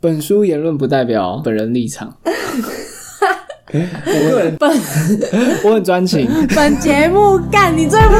本书言论不代表本人立场。我很专情。 本节目干你最不。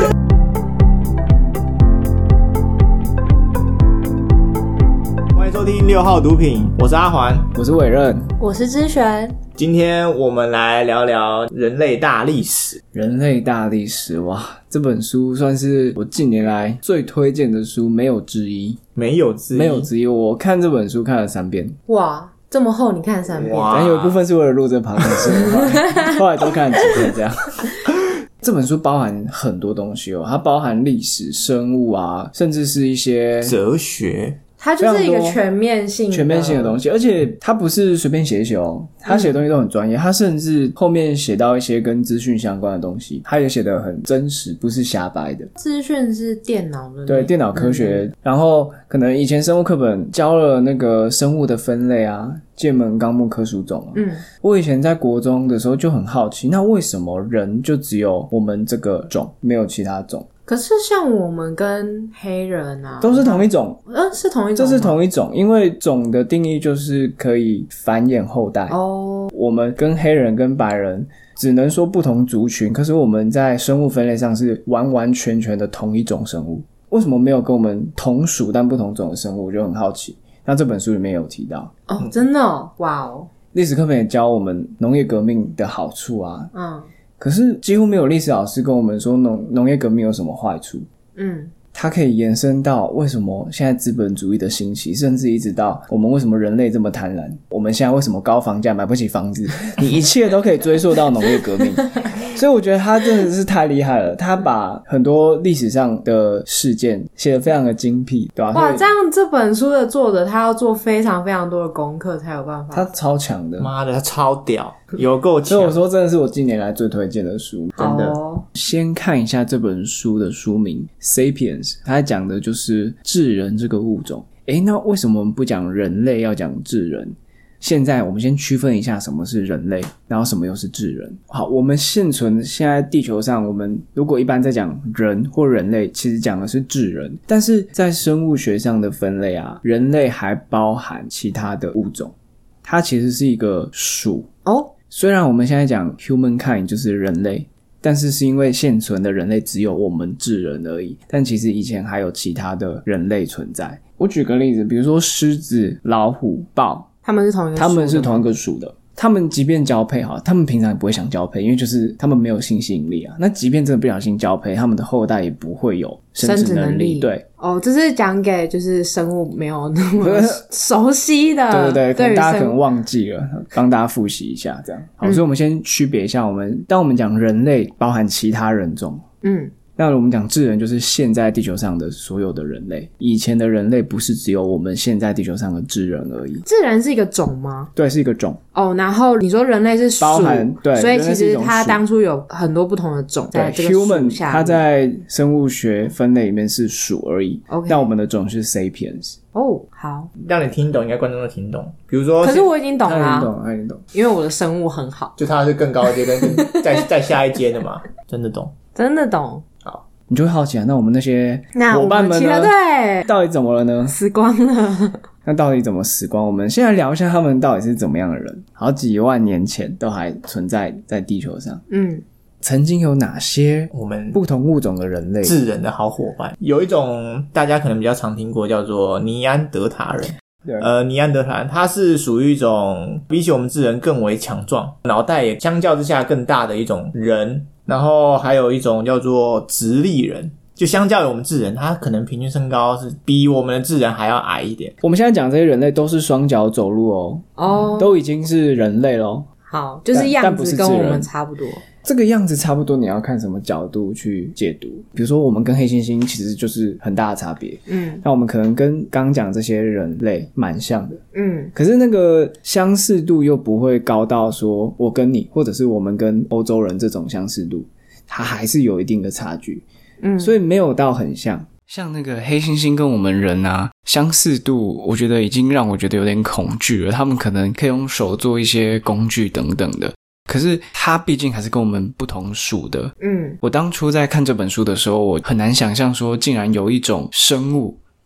欢迎收听6号毒品，我是阿环， 我是伟任， 我是知璇。 今天我们来聊聊人类大历史。 人类大历史，哇，这本书算是我近年来最推荐的书，没有之一。 没有之一。 我看这本书看了3遍。 哇，这么厚你看3遍？ 但有一部分是为了录这旁的后来多看几遍这样。这本书包含很多东西哦，它包含历史、生物啊，甚至是一些哲学。 它就是一个全面性的东西，而且它不是随便写一写哦，它写的东西都很专业，它甚至后面写到一些跟资讯相关的东西，它也写得很真实，不是瞎掰的。 资讯是电脑的， 对，电脑科学，然后可能以前生物课本教了那个生物的分类啊，界门纲目科属种啊。我以前在国中的时候就很好奇，那为什么人就只有我们这个种，没有其他种？ 可是像我们跟黑人啊都是同一种。 是同一种吗？ 这是同一种，因为种的定义就是可以繁衍后代。我们跟黑人跟白人只能说不同族群，可是我们在生物分类上是完完全全的同一种生物。为什么没有跟我们同属但不同种的生物？我就很好奇。那这本书里面有提到。 真的哦，哇哦！ 历史课本也教我们农业革命的好处啊。可是几乎没有历史老师跟我们说农业革命有什么坏处。它可以延伸到为什么现在资本主义的兴起，甚至一直到我们为什么人类这么贪婪，我们现在为什么高房价买不起房子，你一切都可以追溯到农业革命。所以我觉得他真的是太厉害了，他把很多历史上的事件写得非常的精辟，对吧？ 哇，这样这本书的作者他要做非常非常多的功课才有办法。 他超强的， 妈的，他超屌，有够强。 所以我说真的是我近年来最推荐的书，真的。先看一下这本书的书名 Sapiens， 它讲的就是智人这个物种。那为什么我们不讲人类，要讲智人？现在我们先区分一下什么是人类，然后什么又是智人。好，我们现在地球上，我们如果一般在讲人或人类，其实讲的是智人。但是在生物学上的分类啊，人类还包含其他的物种，它其实是一个属。虽然我们现在讲 humankind 就是人类，但是因为现存的人类只有我们智人而已，但其实以前还有其他的人类存在。我举个例子，比如说狮子、老虎、豹，他们是同一个属的。他们即便交配他们平常也不会想交配，因为就是他们没有性吸引力啊。那即便真的不小心交配，他们的后代也不会有生殖能力。对， 这是讲给就是生物没有那么熟悉的。 对，可能大家可能忘记了，帮大家复习一下这样。好，所以我们先区别一下，当我们讲人类包含其他人种。那我们讲智人就是现在地球上的所有的人类，以前的人类不是只有我们现在地球上的智人而已。 智人是一个种吗？ 对，是一个种。 然后你说人类是属， 包含，对， 所以其实它当初有很多不同的种在这个属下面。 它在生物学分类里面是属而已。但我们的种是 Sapiens。 好， 让你听懂，应该观众都听懂。比如说， 可是我已经懂了， 他已经懂， 因为我的生物很好。 就他是更高一阶，跟再下一阶的嘛，真的懂。 好，你就会好奇啊，那我们那些伙伴们呢？ 对， 到底怎么了呢？ 死光了。 那到底怎么死光？我们现在聊一下他们到底是怎么样的人。好几万年前都还存在在地球上。曾经有哪些我们不同物种的人类智人的好伙伴？有一种大家可能比较常听过，叫做尼安德塔人。尼安德塔人他是属于一种比起我们智人更为强壮，脑袋也相较之下更大的一种人。然后还有一种叫做直立人，就相较于我们智人，他可能平均身高是比我们的智人还要矮一点。 我们现在讲这些人类都是双脚走路都已经是人类咯。 好，就是样子跟我们差不多。 这个样子差不多，你要看什么角度去解读。比如说我们跟黑猩猩其实就是很大的差别。那我们可能跟刚讲这些人类蛮像的。可是那个相似度又不会高到说我跟你或者是我们跟欧洲人这种相似度，它还是有一定的差距。所以没有到很像。像那个黑猩猩跟我们人啊，相似度我觉得已经让我觉得有点恐惧了。他们可能可以用手做一些工具等等的，可是它毕竟还是跟我们不同属的。我当初在看这本书的时候，我很难想象说竟然有一种生物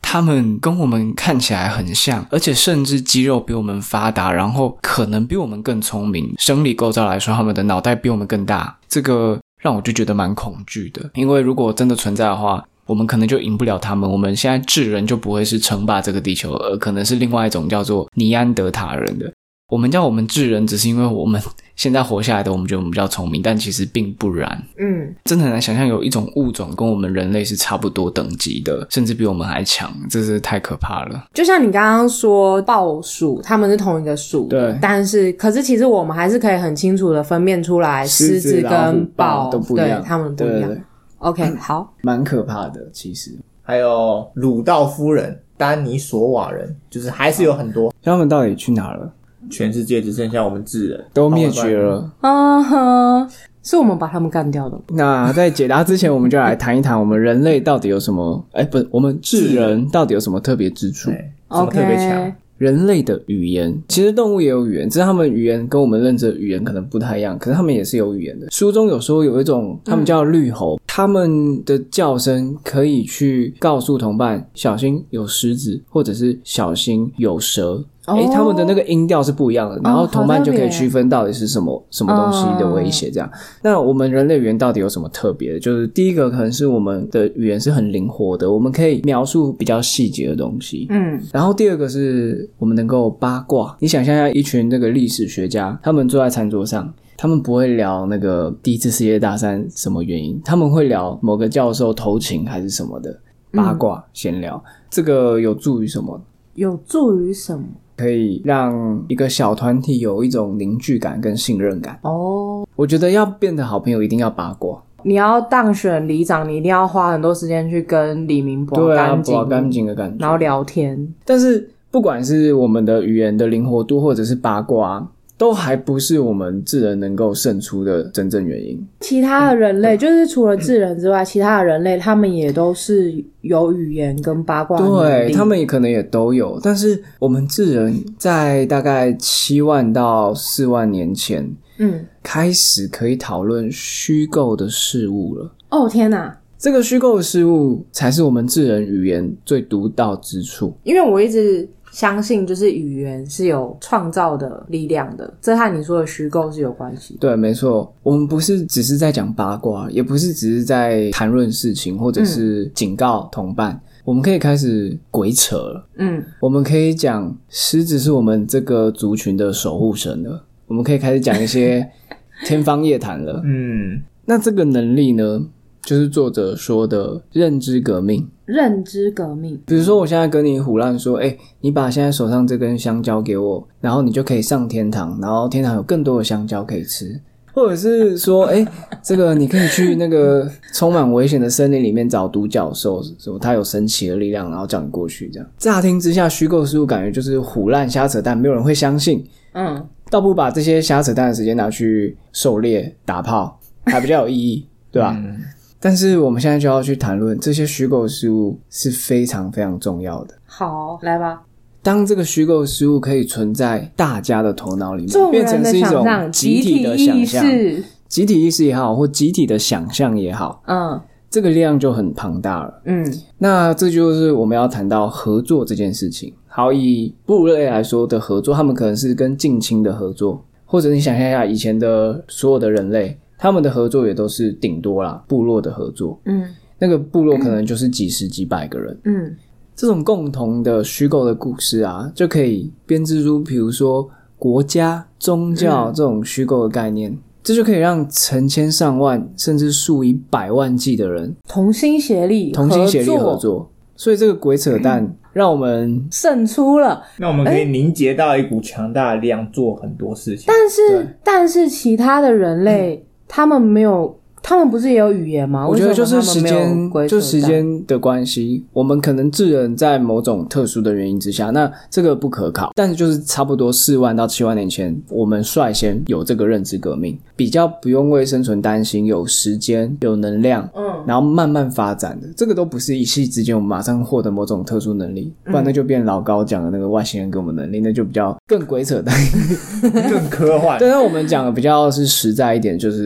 他们跟我们看起来很像，而且甚至肌肉比我们发达，然后可能比我们更聪明，生理构造来说他们的脑袋比我们更大，这个让我就觉得蛮恐惧的。因为如果真的存在的话，我们可能就赢不了他们，我们现在智人就不会是称霸这个地球，而可能是另外一种叫做尼安德塔人的。我们叫我们智人只是因为我们现在活下来的我们觉得我们比较聪明，但其实并不然。真的很难想象有一种物种跟我们人类是差不多等级的，甚至比我们还强，这是太可怕了。 就像你刚刚说豹属他们是同一个属， 对， 但是可是其实我们还是可以很清楚的分辨出来狮子跟豹都不一样， 对，他们不一样。对 OK 好， 蛮可怕的其实。 还有鲁道夫人、丹尼索瓦人，就是还是有很多。 他们到底去哪了？ 全世界只剩下我们智人， 都灭绝了。 是我们把他们干掉的。 那在解答之前，我们就来谈一谈我们人类到底有什么？不是，我们智人到底有什么特别之处？ 什么特别强？ 人类的语言，其实动物也有语言，只是他们语言跟我们认知的语言可能不太一样，可是他们也是有语言的。书中有说有一种他们叫绿猴，他们的叫声可以去告诉同伴小心有狮子，或者是小心有蛇。他们的那个音调是不一样的，然后同伴就可以区分到底是什么东西的威胁这样。那我们人类语言到底有什么特别的？就是第一个可能是我们的语言是很灵活的，我们可以描述比较细节的东西。然后第二个是我们能够八卦。你想象一下，一群这个历史学家，他们坐在餐桌上，他们不会聊那个第一次世界大战什么原因，他们会聊某个教授偷情还是什么的八卦闲聊。这个有助于什么？ 有助于什么？ 可以让一个小团体有一种凝聚感跟信任感。我觉得要变得好朋友一定要八卦。 你要当选里长，你一定要花很多时间去跟里民拔干净的感觉， 然后聊天。 但是不管是我们的语言的灵活度或者是八卦，都还不是我们智人能够胜出的真正原因。 其他的人类就是除了智人之外，其他的人类他们也都是有语言跟八卦的能力， 对，他们也可能也都有。但是我们智人在大概7万到4万年前开始可以讨论虚构的事物了。 天哪， 这个虚构的事物才是我们智人语言最独到之处。 因为我一直相信就是语言是有创造的力量的，这和你说的虚构是有关系的。 对，没错，我们不是只是在讲八卦，也不是只是在谈论事情或者是警告同伴，我们可以开始鬼扯了。我们可以讲狮子是我们这个族群的守护神了，我们可以开始讲一些天方夜谭了。那这个能力呢，就是作者说的认知革命。 认知革命， 比如说我现在跟你唬烂说，你把现在手上这根香蕉给我，然后你就可以上天堂，然后天堂有更多的香蕉可以吃。或者是说这个你可以去那个充满危险的森林里面找独角兽，说它有神奇的力量，然后叫你过去这样。乍听之下虚构事物感觉就是唬烂瞎扯淡，没有人会相信。倒不如把这些瞎扯淡的时间拿去狩猎打炮还比较有意义，对吧？但是我们现在就要去谈论这些虚构事物是非常非常重要的。 好，来吧。 当这个虚构事物可以存在大家的头脑里面，变成是一种集体的想象，集体意识也好，或集体的想象也好，这个力量就很庞大了。那这就是我们要谈到合作这件事情。好，以哺乳类来说的合作，他们可能是跟近亲的合作，或者你想象一下以前的所有的人类，他们的合作也都是顶多啦部落的合作。那个部落可能就是几十几百个人。这种共同的虚构的故事啊，就可以编织出比如说国家、宗教这种虚构的概念，这就可以让成千上万甚至数以百万计的人同心协力合作。 所以这个鬼扯淡让我们胜出了， 那我们可以凝结到一股强大的力量，做很多事情。 但是其他的人类他们没有，他们不是也有语言吗？ 我觉得就是时间的关系，我们可能智人在某种特殊的原因之下，那这个不可考，但是就是差不多4万到7万年前，我们率先有这个认知革命，比较不用为生存担心，有时间有能量，然后慢慢发展的，这个都不是一夕之间我们马上获得某种特殊能力，不然那就变老高讲的那个外星人给我们能力，那就比较更鬼扯淡更科幻。 对，那我们讲的比较是实在一点，就是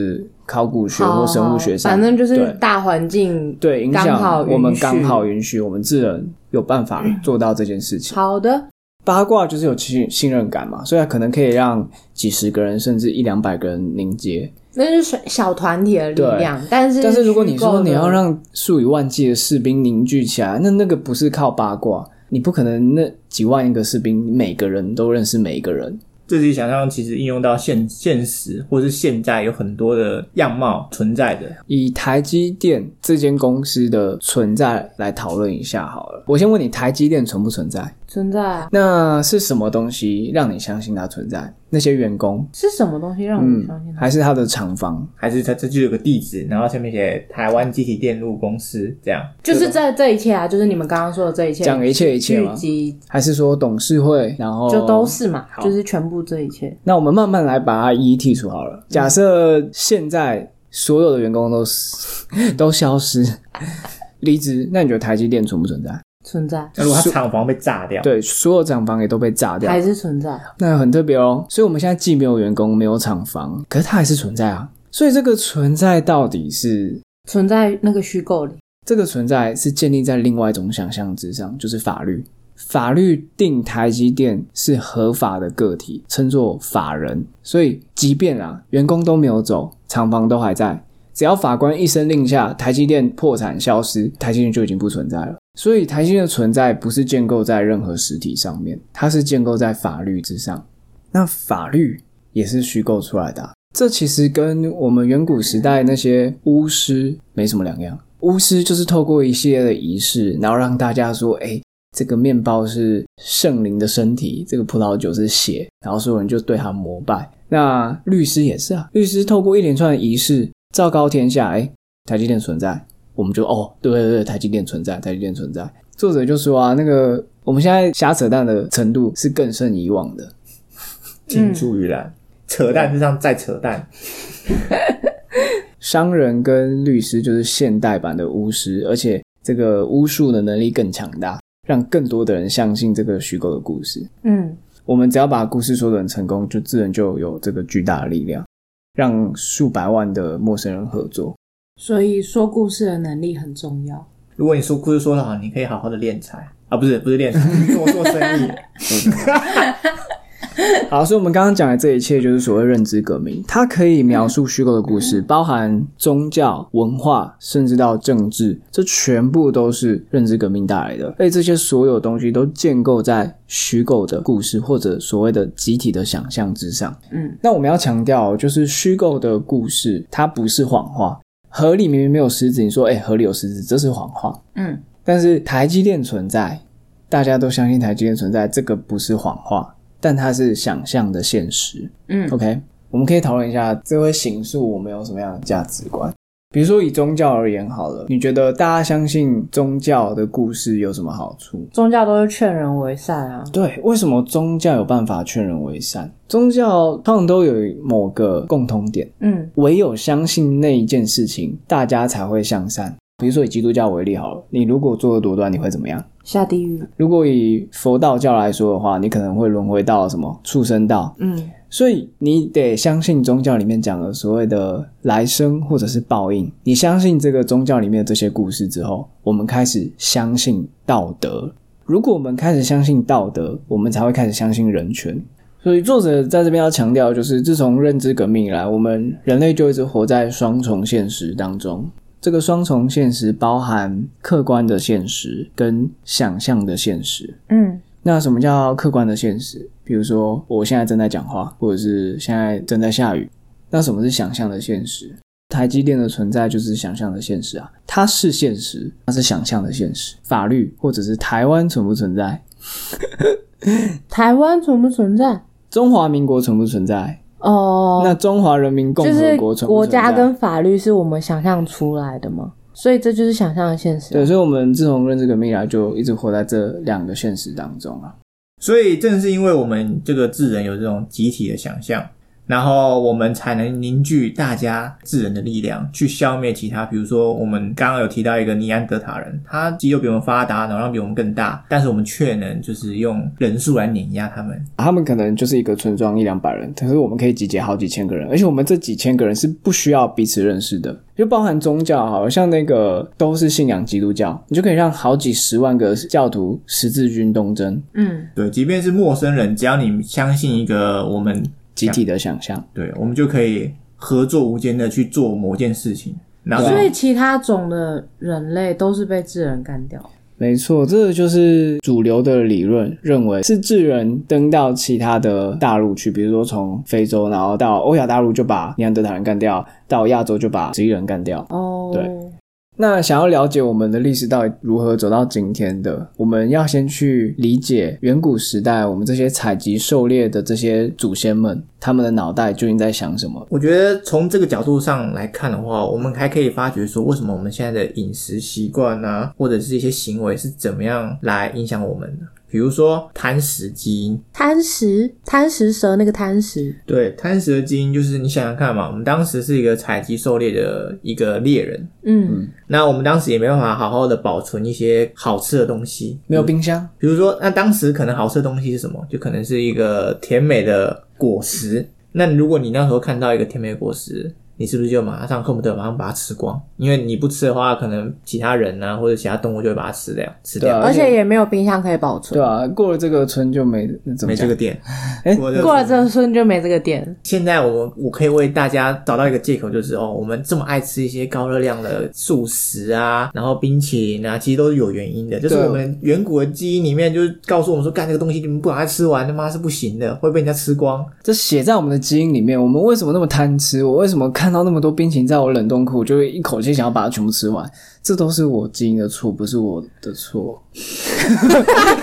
考古学或生物学上， 反正就是大环境对影响我们刚好允许我们自人有办法做到这件事情。 好的， 八卦就是有信任感嘛，所以它可能可以让几十个人甚至100-200个人凝结， 那是小团体的力量。但是如果你说你要让数以万计的士兵凝聚起来，那个不是靠八卦，你不可能那几万个士兵每个人都认识每一个人。 自己想象其实应用到现实或是现在有很多的样貌存在的。 以台积电这间公司的存在来讨论一下好了。我先问你，台积电存不存在？ 存在啊。 那是什么东西让你相信它存在？那些员工是什么东西让你相信它？ 还是它的厂房？ 还是它这就有个地址，然后下面写台湾机体电路公司，这样就是这一切啊，就是你们刚刚说的这一切， 讲一切吗？还是说董事会，然后就都是嘛，就是全部这一切。 那我们慢慢来把它一一剔除好了。假设现在所有的员工都消失离职，那你觉得台积电存不存在？ 存在。 那如果它厂房被炸掉， 对，所有厂房也都被炸掉， 还是存在。 那很特别哦。所以我们现在既没有员工，没有厂房，可是它还是存在啊。所以这个存在到底是存在那个虚构里， 这个存在是建立在另外一种想象之上，就是法律。法律定台积电是合法的个体，称作法人。所以即便员工都没有走，厂房都还在，只要法官一声令下，台积电破产消失，台积电就已经不存在了。所以台积电的存在不是建构在任何实体上面，它是建构在法律之上。那法律也是虚构出来的这其实跟我们远古时代那些巫师没什么两样。巫师就是透过一系列的仪式，然后让大家说这个面包是圣灵的身体，这个葡萄酒是血，然后所有人就对他膜拜。那律师也是律师透过一连串的仪式昭告天下，台积电存在，我们就对，台积电存在，台积电存在。作者就说那个我们现在瞎扯淡的程度是更胜以往的， 青出于蓝，扯淡之上再扯淡。 商人跟律师就是现代版的巫师，而且这个巫术的能力更强大，让更多的人相信这个虚构的故事。我们只要把故事说得很成功，就自然就有这个巨大的力量，让数百万的陌生人合作。 所以说故事的能力很重要。 如果你说故事说得好，你可以好好的敛财不是敛财，做生意。 好，所以我们刚刚讲的这一切就是所谓认知革命，它可以描述虚构的故事，包含宗教、文化，甚至到政治，这全部都是认知革命带来的。而且这些所有东西都建构在虚构的故事或者所谓的集体的想象之上。那我们要强调就是虚构的故事它不是谎话，河里明明没有狮子，你说河里有狮子，这是谎话。但是台积电存在，大家都相信台积电存在，这个不是谎话，但它是想象的现实。OK， 我们可以讨论一下这会形塑我们有什么样的价值观。比如说以宗教而言好了，你觉得大家相信宗教的故事有什么好处？ 宗教都是劝人为善啊。 对，为什么宗教有办法劝人为善？宗教通常都有某个共通点，唯有相信那一件事情，大家才会向善。比如说以基督教为例好了，你如果作恶多端，你会怎么样？ 下地狱。 如果以佛道教来说的话，你可能会轮回到什么畜生道。所以你得相信宗教里面讲的所谓的来生或者是报应。你相信这个宗教里面的这些故事之后，我们开始相信道德。如果我们开始相信道德，我们才会开始相信人权。所以作者在这边要强调，就是自从认知革命以来，我们人类就一直活在双重现实当中。这个双重现实包含客观的现实跟想象的现实。那什么叫客观的现实？比如说我现在正在讲话，或者是现在正在下雨。那什么是想象的现实？台积电的存在就是想象的现实啊，它是现实，它是想象的现实。法律或者是台湾存不存在？ 台湾存不存在？ 中华民国存不存在？那中华人民共和国存不存在？ 就是国家跟法律是我们想象出来的吗？所以这就是想象的现实。 对，所以我们自从认知革命以来就一直活在这两个现实当中啊。 所以正是因为我们这个智人有这种集体的想象， 然后我们才能凝聚大家智人的力量去消灭其他，比如说我们刚刚有提到一个尼安德塔人，他肌肉比我们发达，脑量比我们更大，但是我们却能就是用人数来碾压他们。 他们可能就是一个村庄100-200人，可是我们可以集结好几千个人，而且我们这几千个人是不需要彼此认识的，就包含宗教好像那个都是信仰基督教，你就可以让好几十万个教徒十字军东征。 对，即便是陌生人，只要你相信一个我们集体的想象， 对，我们就可以合作无间的去做某件事情。然后所以其他种的人类都是被智人干掉。 没错，这个就是主流的理论，认为是智人登到其他的大陆去，比如说从非洲然后到欧亚大陆就把尼安德塔人干掉，到亚洲就把蜥蜴人干掉。对。那想要了解我们的历史到底如何走到今天的，我们要先去理解远古时代我们这些采集狩猎的这些祖先们，他们的脑袋究竟在想什么。 我觉得从这个角度上来看的话，我们还可以发觉说为什么我们现在的饮食习惯啊，或者是一些行为是怎么样来影响我们的。比如说贪食基因， 贪食蛇那个贪食， 对，贪食的基因就是你想想看嘛，我们当时是一个采集狩猎的一个猎人，那我们当时也没办法好好的保存一些好吃的东西， 没有冰箱， 比如说那当时可能好吃的东西是什么，就可能是一个甜美的果实，那如果你那时候看到一个甜美的果实，你是不是就马上恨不得马上把它吃光？因为你不吃的话，可能其他人啊或者其他动物就会把它吃掉， 而且也没有冰箱可以保存。 对啊，过了这个村就没这个店， 过了这个村就没这个店。 现在我可以为大家找到一个借口，就是我们这么爱吃一些高热量的素食啊，然后冰淇淋啊，其实都是有原因的，就是我们远古的基因里面就是告诉我们说，干这个东西你们不把它吃完，他妈是不行的，会被人家吃光。 这写在我们的基因里面，我们为什么那么贪吃？我为什么看到那么多冰淇淋在我冷冻库，就会一口气想要把它全部吃完？这都是我基因的错，不是我的错。 没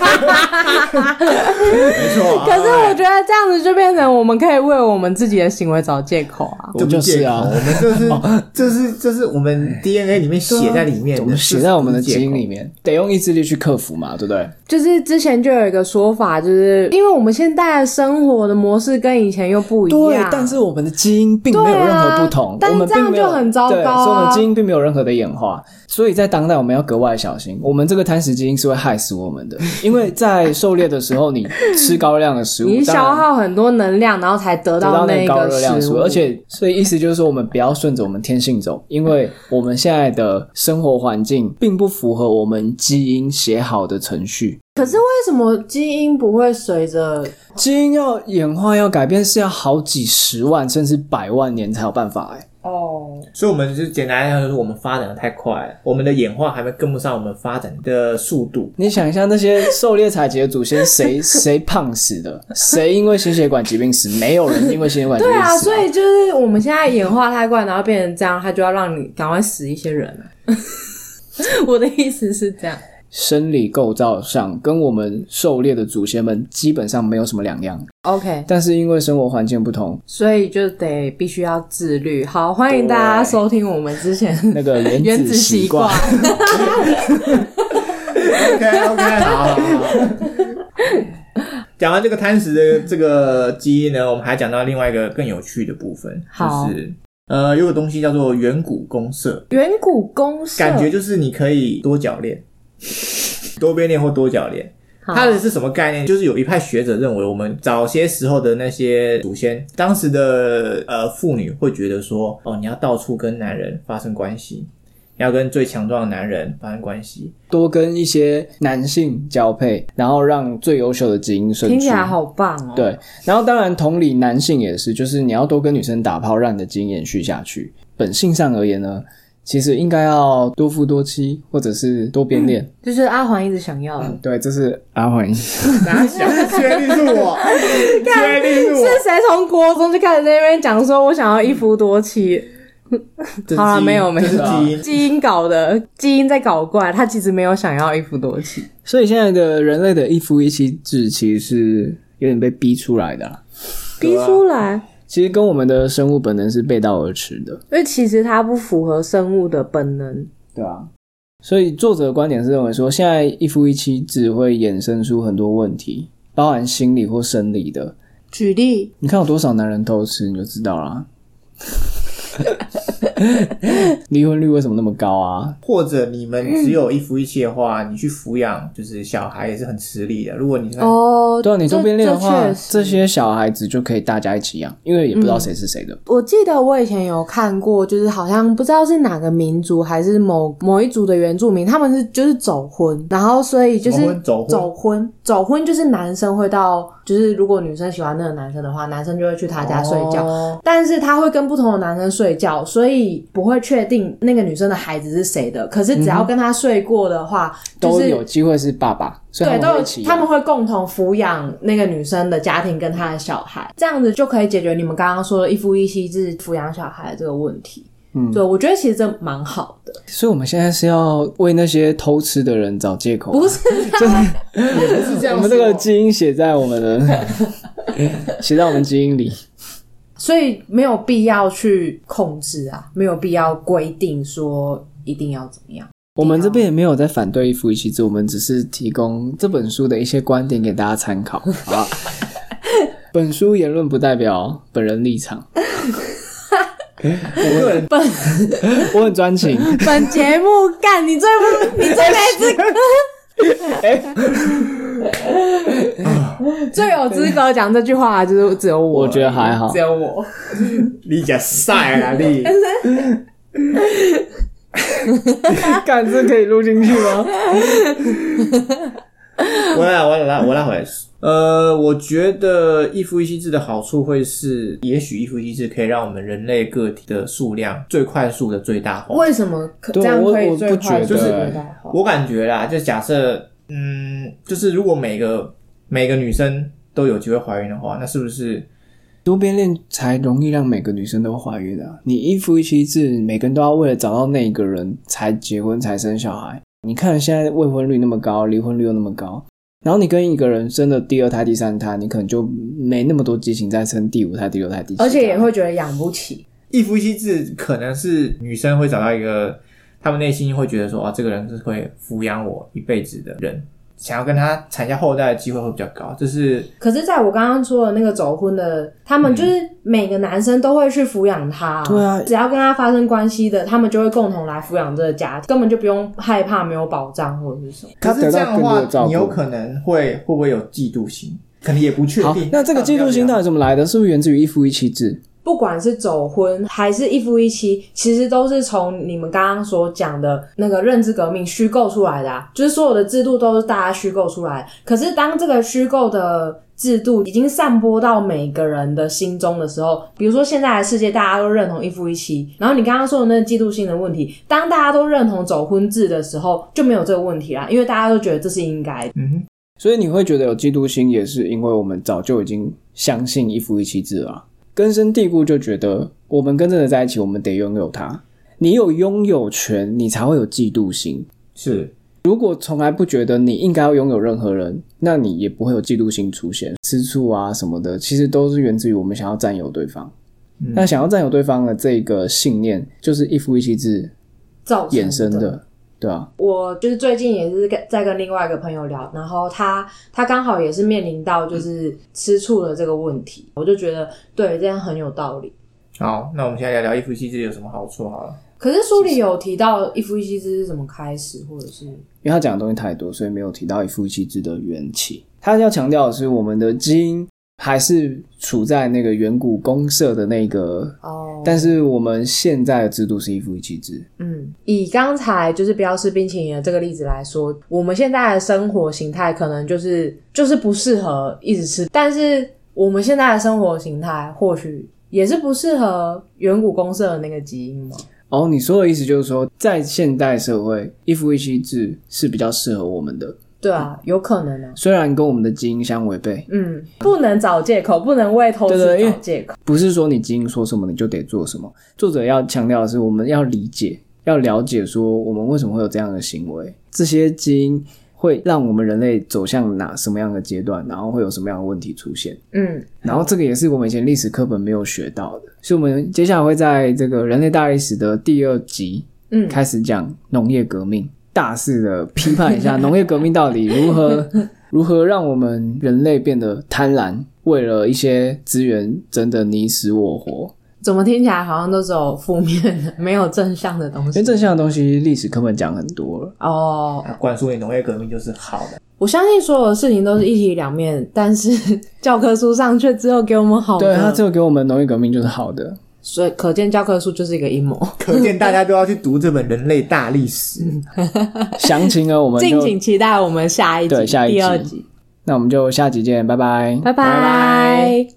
错， 可是我觉得这样子就变成我们可以为我们自己的行为找借口啊。 我就是啊， 我们这是我们 DNA 里面写在里面的， 我们写在我们的基因里面，得用意志力去克服嘛，对不对？ 就是之前就有一个说法，就是因为我们现在的生活的模式跟以前又不一样， 对，但是我们的基因并没有任何不同， 但是这样就很糟糕啊。 对，所以我们的基因并没有任何的演化，所以在当代我们要格外小心，我们这个贪食基因是会害死我们的，因为在狩猎的时候，你吃高量的食物， 你消耗很多能量，然后才得到那高热量食物，而且所以意思就是说，我们不要顺着我们天性走，因为我们现在的生活环境并不符合我们基因写好的程序。 可是为什么基因不会随着基因要演化要改变是要好几十万甚至100万年才有办法所以我们就简单来讲，就是我们发展的太快了，我们的演化还没跟不上我们发展的速度。 你想一下，那些狩猎采集的祖先，谁胖死的？谁因为心血管疾病死？没有人因为心血管疾病死。 对啊，所以就是我们现在演化太快，然后变成这样，它就要让你赶快死一些人了。我的意思是这样。 生理构造上跟我们狩猎的祖先们基本上没有什么两样 OK， 但是因为生活环境不同， 所以就得必须要自律。好，欢迎大家收听我们之前那个原子习惯。 OK， 好。讲完这个贪食的这个基因呢，我们还讲到另外一个更有趣的部分，就是有个东西叫做远古公社。 远古公社感觉就是你可以多角恋，多边恋或多角恋。它的是什么概念？就是有一派学者认为，我们早些时候的那些祖先，当时的妇女会觉得说，你要到处跟男人发生关系，要跟最强壮的男人发生关系， 多跟一些男性交配，然后让最优秀的基因顺序。 听起来好棒哦。 对，然后当然同理男性也是，就是你要多跟女生打炮，让你的基因延续下去。本性上而言呢，其实应该要多夫多妻，或者是多边恋， 就是阿环一直想要的。 对，这是阿环哪想？确定是我，确定是我。 是谁从国中就开始在那边讲说我想要一夫多妻？好啦，没有， 这是基因搞的，基因在搞怪，他其实没有想要一夫多妻。 所以现在的人类的一夫一妻制其实是有点被逼出来的啦。 逼出来？ 其实跟我们的生物本能是背道而驰的， 因为其实它不符合生物的本能。 对啊，所以作者的观点是认为说，现在一夫一妻制会衍生出很多问题，包含心理或生理的。 举例， 你看有多少男人偷吃你就知道啦。离婚率为什么那么高啊？ 或者你们只有一夫一妻的话，你去抚养就是小孩也是很吃力的。如果你看对啊，你多边恋的话，这些小孩子就可以大家一起养，因为也不知道谁是谁的。 我记得我以前有看过，就是好像不知道是哪个民族还是某一族的原住民，他们是就是走婚，然后所以就是走婚就是男生会到，就是如果女生喜欢那个男生的话，男生就会去他家睡觉，但是他会跟不同的男生睡觉，所以不会确定那个女生的孩子是谁的。可是只要跟他睡过的话，就是都有机会是爸爸，所以他们会共同抚养那个女生的家庭跟她的小孩，这样子就可以解决你们刚刚说的一夫一妻制抚养小孩的这个问题。对，我觉得其实这蛮好的。 所以我们现在是要为那些偷吃的人找借口？ 不是， 也不是这样。 我们这个基因写在我们的写在我们基因里， 所以没有必要去控制啊，没有必要规定说一定要怎么样。 我们这边也没有在反对一夫一妻制，我们只是提供这本书的一些观点给大家参考。好吧，本书言论不代表本人立场。我很专情。 本节目干你最没资格。最有资格讲这句话就是只有我。 我觉得还好， 只有我。 你假晒啊你！ 干这可以录进去吗？ 我拉回来。我觉得一夫一妻制的好处会是，也许一夫一妻制可以让我们人类个体的数量最快速的最大化。 为什么这样可以最快速的最大化？ 我感觉啦，就假设，就是如果每个女生都有机会怀孕的话，那是不是多边恋才容易让每个女生都怀孕啊？你一夫一妻制，每个人都要为了找到那一个人才结婚才生小孩。你看现在未婚率那么高，离婚率又那么高，然后你跟一个人生了第二胎第三胎，你可能就没那么多激情再生第五胎第六胎第七胎， 而且也会觉得养不起。 一夫一妻制可能是女生会找到一个他们内心会觉得说，这个人是会抚养我一辈子的人，想要跟他产下后代的机会会比较高。这是可是在我刚刚说的那个走婚的，他们就是每个男生都会去抚养他， 对啊， 只要跟他发生关系的，他们就会共同来抚养这个家庭，根本就不用害怕没有保障或者是什么。 可是这样的话，你有可能会不会有嫉妒心？可能也不确定。 好，那这个嫉妒心到底怎么来的？是不是源自于一夫一妻制？ 不管是走婚还是一夫一妻，其实都是从你们刚刚所讲的那个认知革命虚构出来的啊，就是所有的制度都是大家虚构出来的。可是当这个虚构的制度已经散播到每个人的心中的时候，比如说现在的世界大家都认同一夫一妻，然后你刚刚说的那个嫉妒心的问题，当大家都认同走婚制的时候就没有这个问题啦，因为大家都觉得这是应该的。 所以你会觉得有嫉妒心，也是因为我们早就已经相信一夫一妻制了啊，根深蒂固就觉得我们跟这个在一起，我们得拥有它。你有拥有权，你才会有嫉妒心。 是， 如果从来不觉得你应该要拥有任何人，那你也不会有嫉妒心出现。吃醋啊什么的，其实都是源自于我们想要占有对方。那想要占有对方的这个信念，就是一夫一妻制衍生的。对啊，我就是最近也是在跟另外一个朋友聊，然后他刚好也是面临到就是吃醋的这个问题，我就觉得对，这样很有道理。 好，那我们现在聊聊一夫一妻制有什么好处好了。 可是书里有提到一夫一妻制是怎么开始，或者是因为他讲的东西太多，所以没有提到一夫一妻制的缘起。他要强调的是我们的基因还是处在那个远古公社的那个但是我们现在的制度是一夫一妻制。 以刚才就是不要吃冰淇淋的这个例子来说，我们现在的生活形态可能就是不适合一直吃，但是我们现在的生活形态或许也是不适合远古公社的那个基因吗？ 你说的意思就是说在现代社会一夫一妻制是比较适合我们的。 对啊，有可能啊， 虽然跟我们的基因相违背。 不能找借口，不能为偷吃找借口。 不是说你基因说什么你就得做什么。作者要强调的是，我们要理解，要了解说我们为什么会有这样的行为，这些基因会让我们人类走向什么样的阶段，然后会有什么样的问题出现。然后这个也是我们以前历史课本没有学到的，所以我们接下来会在这个人类大历史的第2集开始讲农业革命，大肆的批判一下农业革命到底如何让我们人类变得贪婪， 为了一些资源争得你死我活。 怎么听起来好像都只有负面的，没有正向的东西？ 因为正向的东西历史课本讲很多了哦。 灌输你农业革命就是好的， 我相信所有的事情都是一体两面，但是教科书上却只有给我们好的。 对，他只有给我们农业革命就是好的， 所以可见教科书就是一个阴谋。 可见大家都要去读这本人类大历史。 详情呢，我们就敬请期待我们下一集， 对，下一集第2集。 那我们就下集见，拜拜， 拜拜。